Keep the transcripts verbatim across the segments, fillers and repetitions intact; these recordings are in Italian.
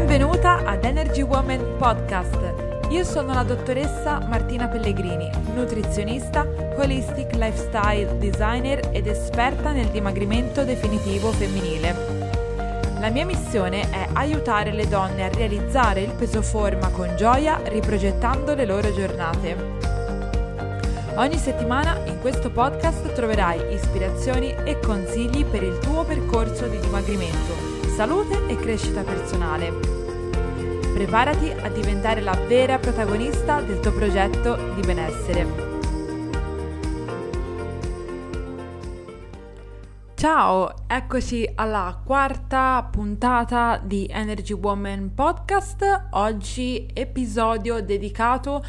Benvenuta ad Energy Woman Podcast. Io sono la dottoressa Martina Pellegrini, nutrizionista, holistic lifestyle designer ed esperta nel dimagrimento definitivo femminile. La mia missione è aiutare le donne a realizzare il peso forma con gioia, riprogettando le loro giornate. Ogni settimana in questo podcast troverai ispirazioni e consigli per il tuo percorso di dimagrimento, salute e crescita personale. Preparati a diventare la vera protagonista del tuo progetto di benessere. Ciao, eccoci alla quarta puntata di Energy Woman Podcast. Oggi episodio dedicato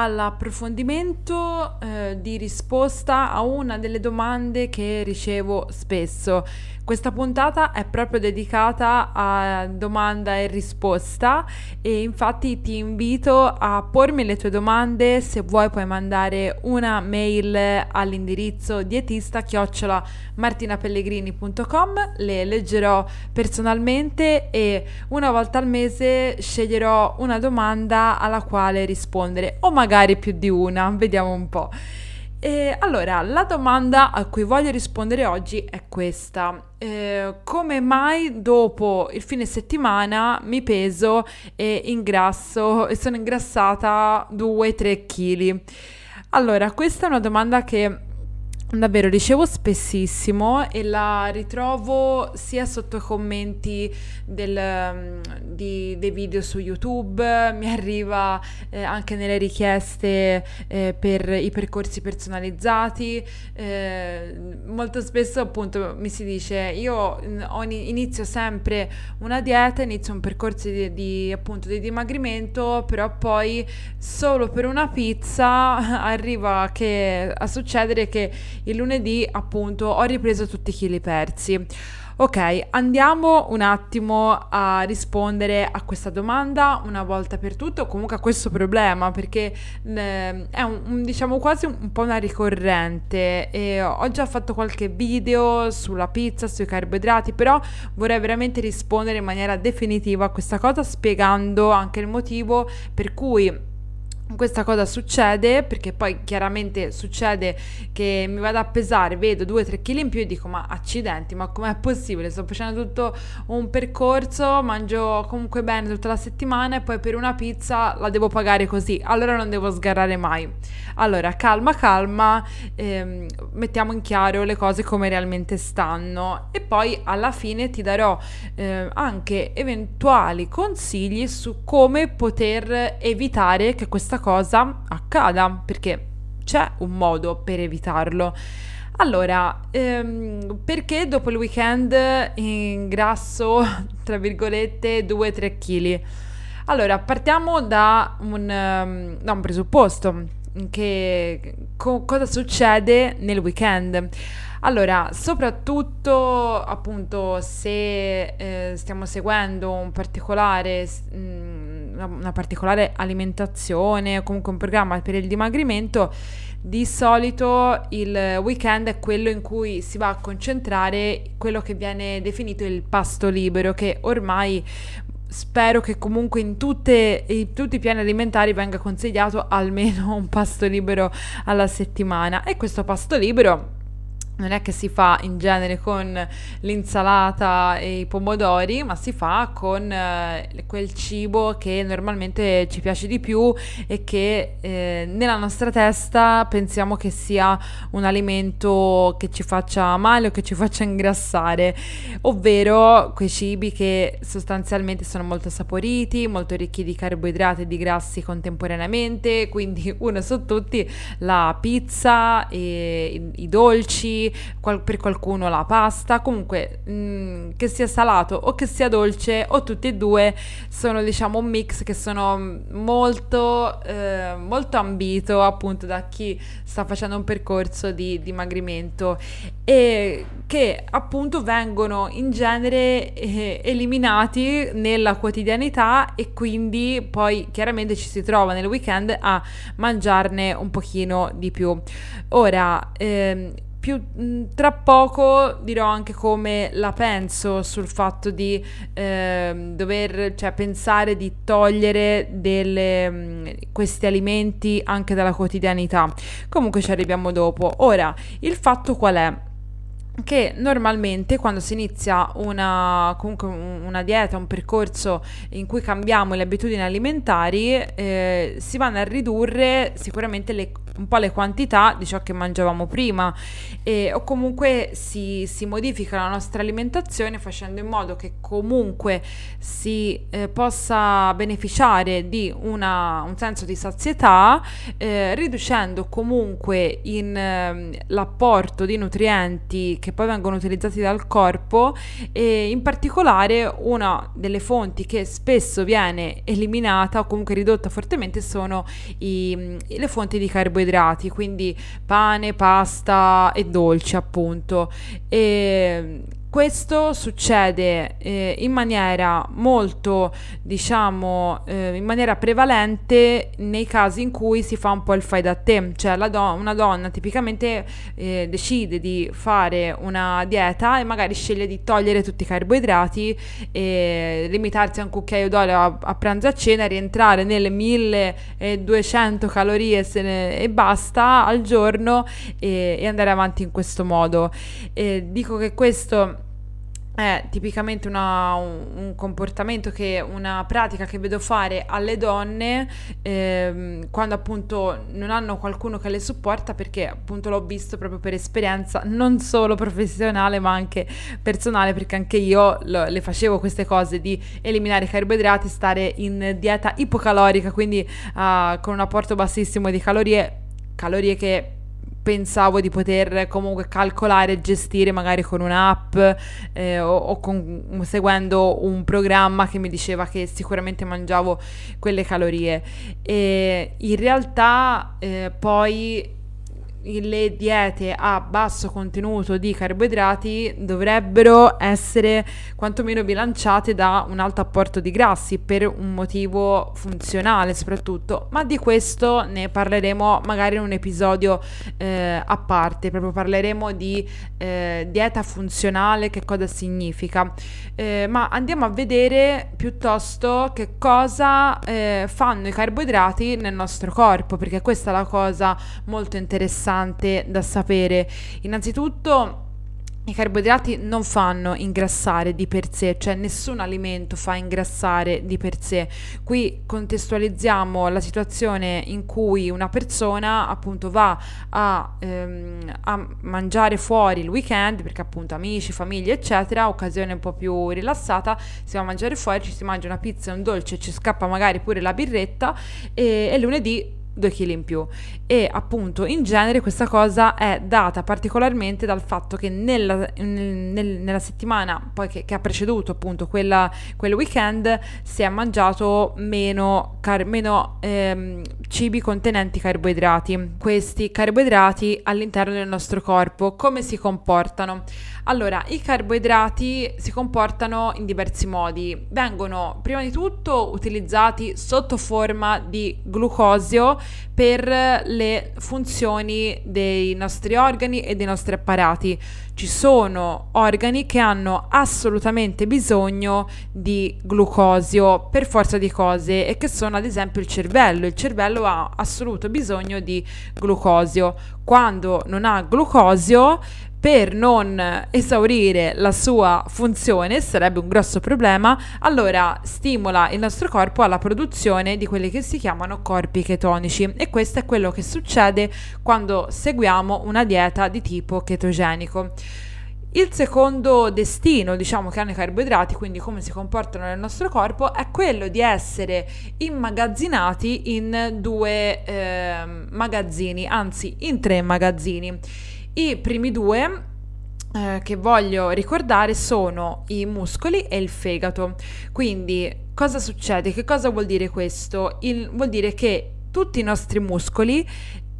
all'approfondimento eh, di risposta a una delle domande che ricevo spesso. Questa puntata è proprio dedicata a domanda e risposta e infatti ti invito a pormi le tue domande. Se vuoi puoi mandare una mail all'indirizzo dietista chiocciola martinapellegrini punto com, le leggerò personalmente e una volta al mese sceglierò una domanda alla quale rispondere, o magari più di una, vediamo un po'. E allora, la domanda a cui voglio rispondere oggi è questa: eh, come mai dopo il fine settimana mi peso e ingrasso e sono ingrassata due tre chili? Allora, questa è una domanda che davvero ricevo spessissimo e la ritrovo sia sotto i commenti del, di, dei video su YouTube, mi arriva eh, anche nelle richieste eh, per i percorsi personalizzati. Eh, molto spesso appunto mi si dice: io ho, inizio sempre una dieta, inizio un percorso di, di appunto di dimagrimento, però poi solo per una pizza arriva che, a succedere che il lunedì appunto ho ripreso tutti i chili persi. Ok, andiamo un attimo a rispondere a questa domanda una volta per tutte, o comunque a questo problema, perché eh, è un, un, diciamo quasi un, un po' una ricorrente. E ho già fatto qualche video sulla pizza, sui carboidrati, però vorrei veramente rispondere in maniera definitiva a questa cosa, spiegando anche il motivo per cui questa cosa succede, perché poi chiaramente succede che mi vado a pesare, vedo due tre chili in più e dico: ma accidenti, ma com'è possibile? Sto facendo tutto un percorso, mangio comunque bene tutta la settimana e poi per una pizza la devo pagare così, allora non devo sgarrare mai. Allora, calma calma, ehm, mettiamo in chiaro le cose come realmente stanno e poi alla fine ti darò eh, anche eventuali consigli su come poter evitare che questa cosa accada, perché c'è un modo per evitarlo. Allora, ehm, perché dopo il weekend ingrasso tra virgolette due tre chili? Allora, partiamo da un, um, da un presupposto, che co- cosa succede nel weekend. Allora, soprattutto appunto se eh, stiamo seguendo un particolare mh, una, una particolare alimentazione o comunque un programma per il dimagrimento, di solito il weekend è quello in cui si va a concentrare quello che viene definito il pasto libero, che ormai spero che comunque in, tutte, in tutti i piani alimentari venga consigliato almeno un pasto libero alla settimana. E questo pasto libero non è che si fa in genere con l'insalata e i pomodori, ma si fa con eh, quel cibo che normalmente ci piace di più e che eh, nella nostra testa pensiamo che sia un alimento che ci faccia male o che ci faccia ingrassare, ovvero quei cibi che sostanzialmente sono molto saporiti, molto ricchi di carboidrati e di grassi contemporaneamente, quindi uno su tutti la pizza, e i, i dolci, Qual- per qualcuno la pasta, comunque mh, che sia salato o che sia dolce o tutti e due sono diciamo un mix che sono molto eh, molto ambito appunto da chi sta facendo un percorso di dimagrimento e che appunto vengono in genere eh, eliminati nella quotidianità e quindi poi chiaramente ci si trova nel weekend a mangiarne un pochino di più. Ora ehm, più mh, tra poco dirò anche come la penso sul fatto di eh, dover, cioè pensare di togliere delle, mh, questi alimenti anche dalla quotidianità. Comunque ci arriviamo dopo. Ora, il fatto qual è? Che normalmente quando si inizia una, comunque un- una dieta, un percorso in cui cambiamo le abitudini alimentari, eh, si vanno a ridurre sicuramente le- un po' le quantità di ciò che mangiavamo prima, e- o comunque si, si modifica la nostra alimentazione facendo in modo che comunque si eh, possa beneficiare di una- un senso di sazietà, eh, riducendo comunque in, ehm, l'apporto di nutrienti che poi vengono utilizzati dal corpo, e in particolare una delle fonti che spesso viene eliminata o comunque ridotta fortemente sono i- le fonti di carboidrati, quindi pane, pasta e dolci appunto. E questo succede eh, in maniera molto, diciamo, eh, in maniera prevalente nei casi in cui si fa un po' il fai da te, cioè la do- una donna tipicamente eh, decide di fare una dieta e magari sceglie di togliere tutti i carboidrati e limitarsi a un cucchiaio d'olio a, a pranzo e a cena, rientrare nelle milleduecento calorie se ne- e basta al giorno, e, e andare avanti in questo modo. E dico che questo è tipicamente una- un, un comportamento, che una pratica che vedo fare alle donne ehm, quando appunto non hanno qualcuno che le supporta, perché appunto l'ho visto proprio per esperienza non solo professionale ma anche personale, perché anche io lo- le facevo queste cose di eliminare i carboidrati, stare in dieta ipocalorica, quindi ah, con un apporto bassissimo di calorie, calorie che pensavo di poter comunque calcolare e gestire magari con un'app, eh, o, o con- seguendo un programma che mi diceva che sicuramente mangiavo quelle calorie. E in realtà eh, poi i- le diete a basso contenuto di carboidrati dovrebbero essere quantomeno bilanciate da un alto apporto di grassi, per un motivo funzionale soprattutto, ma di questo ne parleremo magari in un episodio eh, a parte, proprio parleremo di eh, dieta funzionale, che cosa significa. Eh, ma andiamo a vedere piuttosto che cosa eh, fanno i carboidrati nel nostro corpo, perché questa è la cosa molto interessante da sapere. Innanzitutto, i carboidrati non fanno ingrassare di per sé, cioè nessun alimento fa ingrassare di per sé. Qui contestualizziamo la situazione in cui una persona appunto va a, ehm, a mangiare fuori il weekend, perché appunto amici, famiglia, eccetera, occasione un po' più rilassata, si va a mangiare fuori, ci si mangia una pizza e un dolce, ci scappa magari pure la birretta, e, e lunedì due chili in più. E appunto in genere questa cosa è data particolarmente dal fatto che nella, nel- nel- nella settimana poi che, che ha preceduto appunto quella, quel weekend si è mangiato meno, car- meno ehm, cibi contenenti carboidrati. Questi carboidrati all'interno del nostro corpo come si comportano? Allora, i carboidrati si comportano in diversi modi. Vengono prima di tutto utilizzati sotto forma di glucosio per le funzioni dei nostri organi e dei nostri apparati. Ci sono organi che hanno assolutamente bisogno di glucosio per forza di cose, e che sono ad esempio il cervello. Il cervello ha assoluto bisogno di glucosio. Quando non ha glucosio, per non esaurire la sua funzione, sarebbe un grosso problema, allora stimola il nostro corpo alla produzione di quelli che si chiamano corpi chetonici, e questo è quello che succede quando seguiamo una dieta di tipo chetogenico. Il secondo destino, diciamo, che hanno i carboidrati, quindi come si comportano nel nostro corpo, è quello di essere immagazzinati in due eh, magazzini, anzi in tre magazzini. I primi due eh, che voglio ricordare sono i muscoli e il fegato. Quindi cosa succede? Che cosa vuol dire questo? Il- vuol dire che tutti i nostri muscoli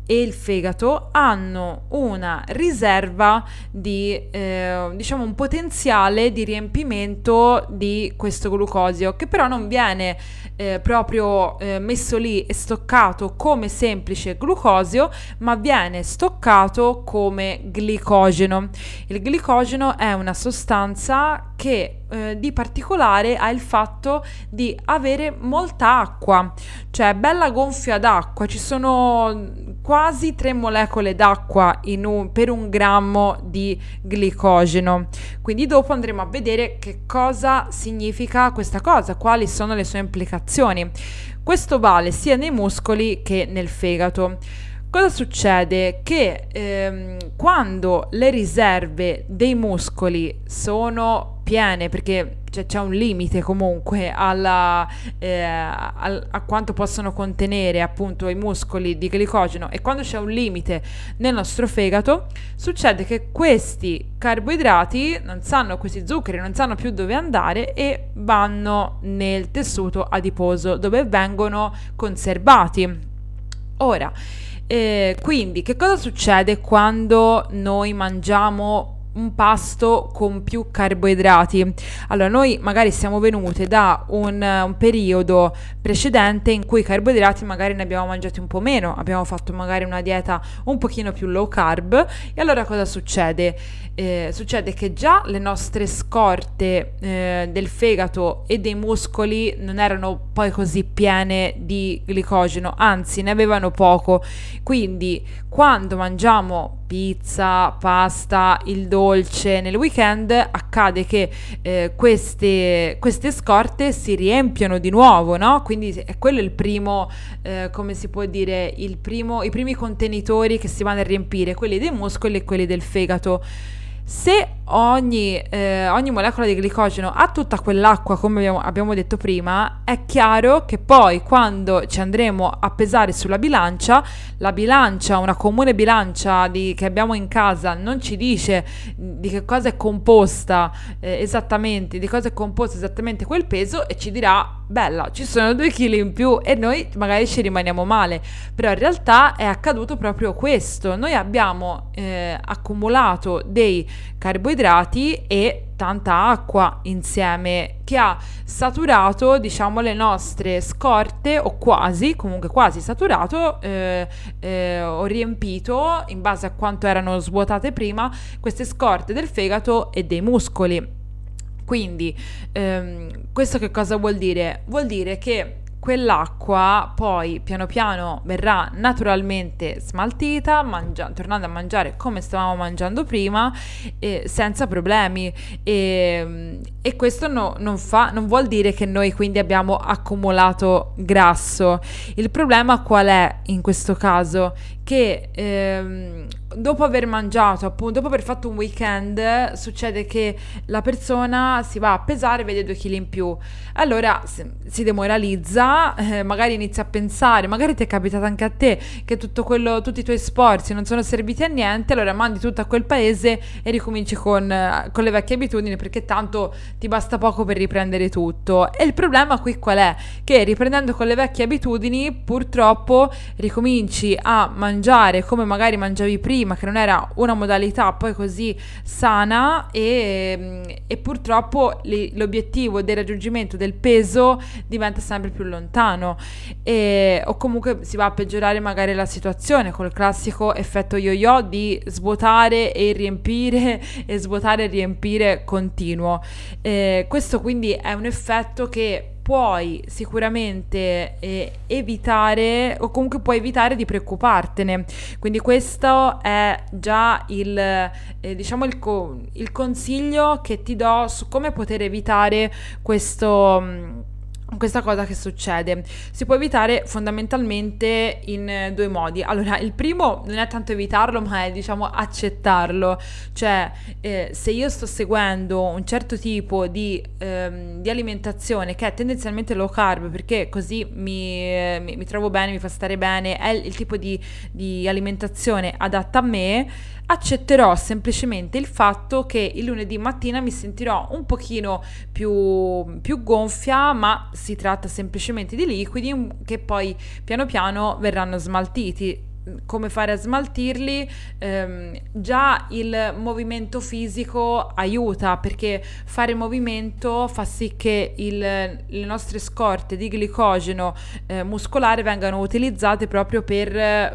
e il fegato hanno una riserva di, eh, diciamo, un potenziale di riempimento di questo glucosio, che però non viene eh, proprio eh, messo lì e stoccato come semplice glucosio, ma viene stoccato come glicogeno. Il glicogeno è una sostanza che eh, di particolare ha il fatto di avere molta acqua, cioè bella gonfia d'acqua, ci sono quasi tre molecole d'acqua in un, per un grammo di glicogeno. Quindi dopo andremo a vedere che cosa significa questa cosa, quali sono le sue implicazioni. Questo vale sia nei muscoli che nel fegato. Cosa succede? Che ehm, quando le riserve dei muscoli sono piene, perché c'è, c'è un limite comunque alla, eh, al, a quanto possono contenere appunto i muscoli di glicogeno, e quando c'è un limite nel nostro fegato, succede che questi carboidrati non sanno, questi zuccheri non sanno più dove andare e vanno nel tessuto adiposo, dove vengono conservati. Ora, Eh, quindi, che cosa succede quando noi mangiamo un pasto con più carboidrati? Allora, noi magari siamo venute da un, un periodo precedente in cui i carboidrati magari ne abbiamo mangiati un po' meno, abbiamo fatto magari una dieta un pochino più low carb, e allora cosa succede? Eh, succede che già le nostre scorte eh, del fegato e dei muscoli non erano poi così piene di glicogeno, anzi ne avevano poco. Quindi quando mangiamo pizza, pasta, il dolce nel weekend, accade che eh, queste, queste scorte si riempiono di nuovo, no? Quindi è quello il primo, eh, come si può dire, il primo, i primi contenitori che si vanno a riempire, quelli dei muscoli e quelli del fegato. Se ogni, eh, ogni molecola di glicogeno ha tutta quell'acqua, come abbiamo, abbiamo detto prima, è chiaro che poi quando ci andremo a pesare sulla bilancia, la bilancia, una comune bilancia di, che abbiamo in casa, non ci dice di che cosa è composta eh, esattamente, di cosa è composto esattamente quel peso, e ci dirà: bella, ci sono due chili in più, e noi magari ci rimaniamo male. Però in realtà è accaduto proprio questo: noi abbiamo eh, accumulato dei carboidrati e tanta acqua insieme, che ha saturato, diciamo, le nostre scorte, o quasi, comunque quasi saturato eh, eh, o riempito, in base a quanto erano svuotate prima, queste scorte del fegato e dei muscoli. Quindi ehm, questo che cosa vuol dire? Vuol dire che quell'acqua poi piano piano verrà naturalmente smaltita, mangia- tornando a mangiare come stavamo mangiando prima, eh, senza problemi, e, e questo no, non, fa, non vuol dire che noi quindi abbiamo accumulato grasso. Il problema qual è in questo caso? Che ehm, dopo aver mangiato, appunto, dopo aver fatto un weekend, succede che la persona si va a pesare e vede due chili in più. Allora si demoralizza, eh, magari inizia a pensare, magari ti è capitato anche a te, che tutto quello, tutti i tuoi sforzi non sono serviti a niente, allora mandi tutto a quel paese e ricominci con, con le vecchie abitudini, perché tanto ti basta poco per riprendere tutto. E il problema qui qual è? Che riprendendo con le vecchie abitudini, purtroppo ricominci a mangiare mangiare come magari mangiavi prima, che non era una modalità poi così sana, e, e purtroppo li, l'obiettivo del raggiungimento del peso diventa sempre più lontano, e, o comunque si va a peggiorare magari la situazione col classico effetto yo-yo di svuotare e riempire e svuotare e riempire continuo. E questo quindi è un effetto che puoi sicuramente eh, evitare, o comunque puoi evitare di preoccupartene. Quindi questo è già il, eh, diciamo il, co- il consiglio che ti do su come poter evitare questo... Mh, questa cosa che succede. Si può evitare fondamentalmente in due modi. Allora, il primo non è tanto evitarlo, ma è, diciamo, accettarlo. Cioè, eh, se io sto seguendo un certo tipo di, ehm, di alimentazione che è tendenzialmente low carb, perché così mi, eh, mi, mi trovo bene, mi fa stare bene, è il, il tipo di, di alimentazione adatta a me, accetterò semplicemente il fatto che il lunedì mattina mi sentirò un pochino più, più gonfia, ma si tratta semplicemente di liquidi che poi piano piano verranno smaltiti. come fare a smaltirli, ehm, già il movimento fisico aiuta, perché fare movimento fa sì che il, le nostre scorte di glicogeno eh, muscolare vengano utilizzate proprio per,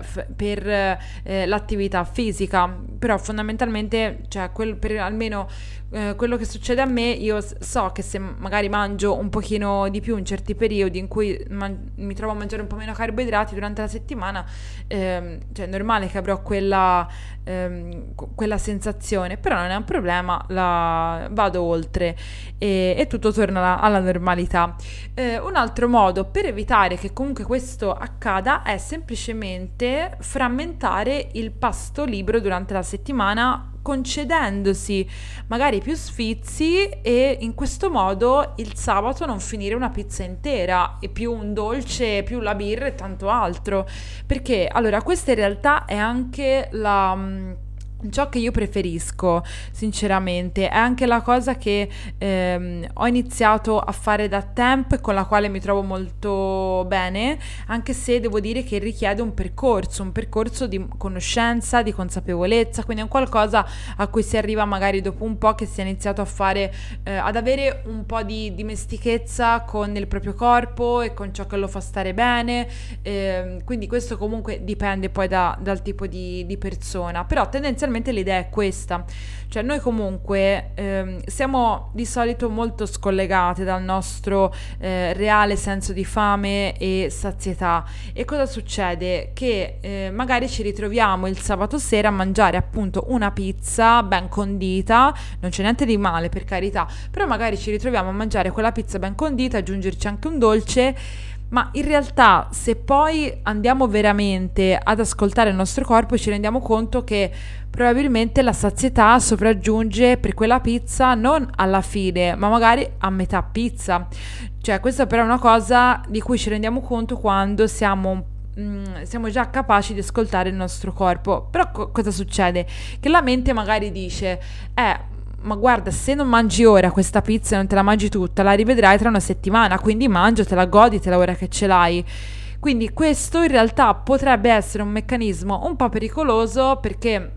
per eh, l'attività fisica. Però fondamentalmente, cioè, quel, per almeno eh, quello che succede a me, io so che se magari mangio un pochino di più in certi periodi in cui man- mi trovo a mangiare un po' meno carboidrati durante la settimana, ehm, cioè è normale che avrò quella, ehm, quella sensazione, però non è un problema, la vado oltre e, e tutto torna alla, alla normalità. Eh, un altro modo per evitare che comunque questo accada è semplicemente frammentare il pasto libero durante la settimana, concedendosi magari più sfizi, e in questo modo il sabato non finire una pizza intera e più un dolce, più la birra e tanto altro, perché allora questa in realtà è anche la mh, ciò che io preferisco, sinceramente, è anche la cosa che ehm, ho iniziato a fare da tempo e con la quale mi trovo molto bene, anche se devo dire che richiede un percorso, un percorso di conoscenza, di consapevolezza, quindi è un qualcosa a cui si arriva magari dopo un po' che si è iniziato a fare, eh, ad avere un po' di dimestichezza con il proprio corpo e con ciò che lo fa stare bene, eh, quindi questo comunque dipende poi da, dal tipo di, di persona, però tendenzialmente l'idea è questa, cioè noi comunque ehm, siamo di solito molto scollegate dal nostro eh, reale senso di fame e sazietà, e cosa succede? Che eh, magari ci ritroviamo il sabato sera a mangiare appunto una pizza ben condita, non c'è niente di male per carità, però magari ci ritroviamo a mangiare quella pizza ben condita, aggiungerci anche un dolce. Ma in realtà, se poi andiamo veramente ad ascoltare il nostro corpo, ci rendiamo conto che probabilmente la sazietà sopraggiunge per quella pizza non alla fine, ma magari a metà pizza. Cioè, questa però è una cosa di cui ci rendiamo conto quando siamo Mm, siamo già capaci di ascoltare il nostro corpo. Però co- cosa succede? Che la mente magari dice: eh, ma guarda, se non mangi ora questa pizza e non te la mangi tutta, la rivedrai tra una settimana, quindi mangiatela, goditela ora che ce l'hai. Quindi questo in realtà potrebbe essere un meccanismo un po' pericoloso, perché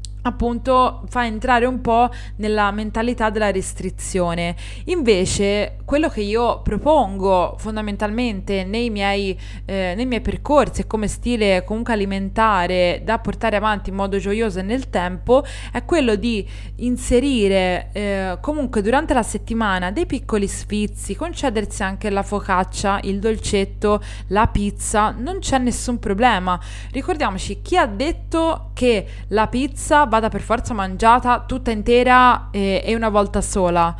appunto fa entrare un po' nella mentalità della restrizione. Invece quello che io propongo fondamentalmente nei miei, eh, nei miei percorsi come stile comunque alimentare da portare avanti in modo gioioso e nel tempo è quello di inserire eh, comunque durante la settimana dei piccoli sfizi, concedersi anche la focaccia, il dolcetto, la pizza, non c'è nessun problema. Ricordiamoci, chi ha detto che la pizza vada per forza mangiata tutta intera e, e una volta sola?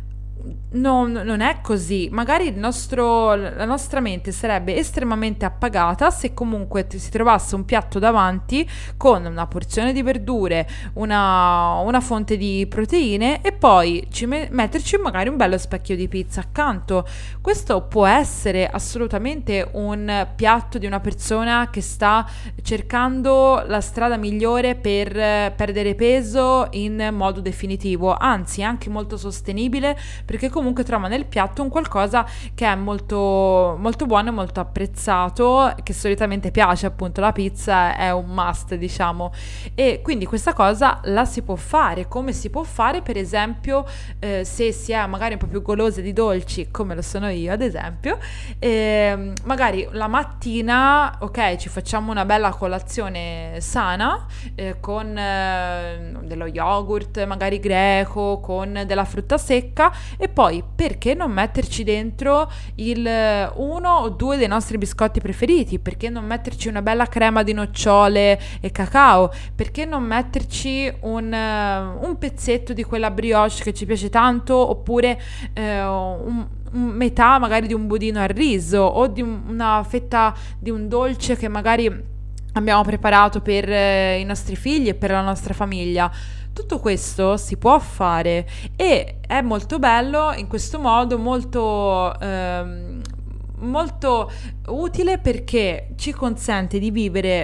Non, non è così. Magari il nostro, la nostra mente sarebbe estremamente appagata se comunque t- si trovasse un piatto davanti con una porzione di verdure, una, una fonte di proteine e poi ci me- metterci magari un bello specchio di pizza accanto. Questo può essere assolutamente un piatto di una persona che sta cercando la strada migliore per eh, perdere peso in modo definitivo, anzi anche molto sostenibile, perché comunque trova nel piatto un qualcosa che è molto, molto buono e molto apprezzato, che solitamente piace, appunto la pizza è un must, diciamo, e quindi questa cosa la si può fare, come si può fare per esempio eh, se si è magari un po' più golosa di dolci, come lo sono io ad esempio, eh, magari la mattina, ok, ci facciamo una bella colazione sana eh, con eh, dello yogurt magari greco, con della frutta secca, e poi perché non metterci dentro il uno o due dei nostri biscotti preferiti, perché non metterci una bella crema di nocciole e cacao, perché non metterci un, uh, un pezzetto di quella brioche che ci piace tanto, oppure uh, un, un metà magari di un budino al riso, o di un, una fetta di un dolce che magari abbiamo preparato per eh, i nostri figli e per la nostra famiglia. Tutto questo si può fare e è molto bello in questo modo, molto, ehm, molto utile, perché ci consente di vivere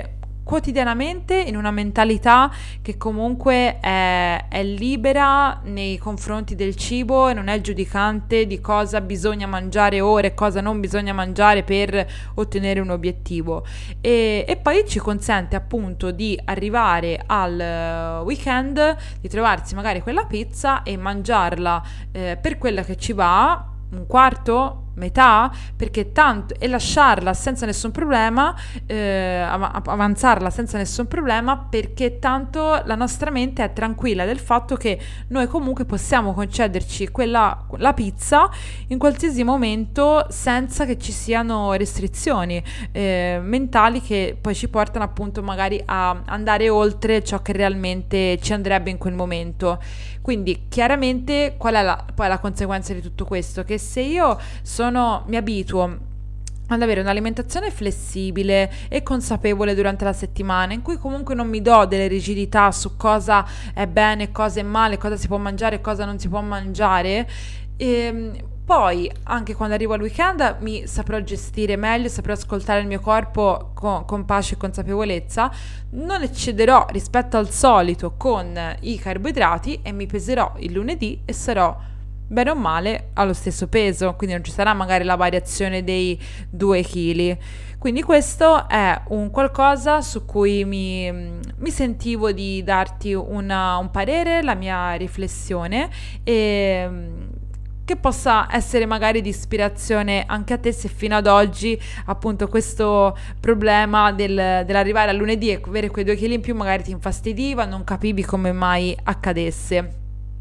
quotidianamente in una mentalità che comunque è, è libera nei confronti del cibo e non è giudicante di cosa bisogna mangiare ora e cosa non bisogna mangiare per ottenere un obiettivo, e, e poi ci consente appunto di arrivare al weekend, di trovarsi magari quella pizza e mangiarla eh, per quella che ci va, un quarto, metà, perché tanto, e lasciarla senza nessun problema, eh, av- avanzarla senza nessun problema, perché tanto la nostra mente è tranquilla del fatto che noi comunque possiamo concederci quella la pizza in qualsiasi momento senza che ci siano restrizioni eh, mentali che poi ci portano appunto magari a andare oltre ciò che realmente ci andrebbe in quel momento. Quindi chiaramente qual è la, poi la conseguenza di tutto questo? Che se io sono, mi abituo ad avere un'alimentazione flessibile e consapevole durante la settimana, in cui comunque non mi do delle rigidità su cosa è bene, cosa è male, cosa si può mangiare e cosa non si può mangiare, e poi anche quando arrivo al weekend mi saprò gestire meglio, saprò ascoltare il mio corpo con, con pace e consapevolezza, non eccederò rispetto al solito con i carboidrati e mi peserò il lunedì e sarò bene o male allo stesso peso, quindi non ci sarà magari la variazione dei due chili. Quindi questo è un qualcosa su cui mi, mi sentivo di darti una, un parere, la mia riflessione, e che possa essere magari di ispirazione anche a te, se fino ad oggi appunto questo problema del, dell'arrivare al lunedì e avere quei due chili in più magari ti infastidiva, non capivi come mai accadesse.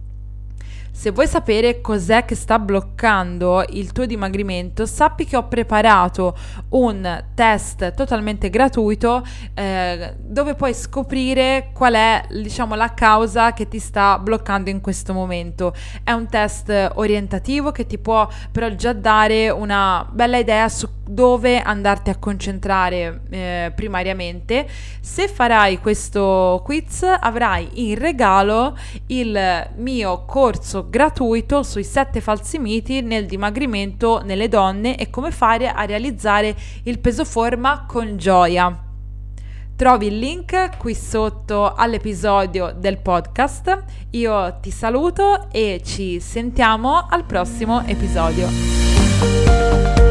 Se vuoi sapere cos'è che sta bloccando il tuo dimagrimento, sappi che ho preparato un test totalmente gratuito eh, dove puoi scoprire qual è, diciamo, la causa che ti sta bloccando in questo momento. È un test orientativo che ti può però già dare una bella idea su dove andarti a concentrare eh, primariamente. Se farai questo quiz avrai in regalo il mio corso gratuito sui sette falsi miti nel dimagrimento nelle donne e come fare a realizzare il peso forma con gioia. Trovi il link qui sotto all'episodio del podcast. Io ti saluto e ci sentiamo al prossimo episodio.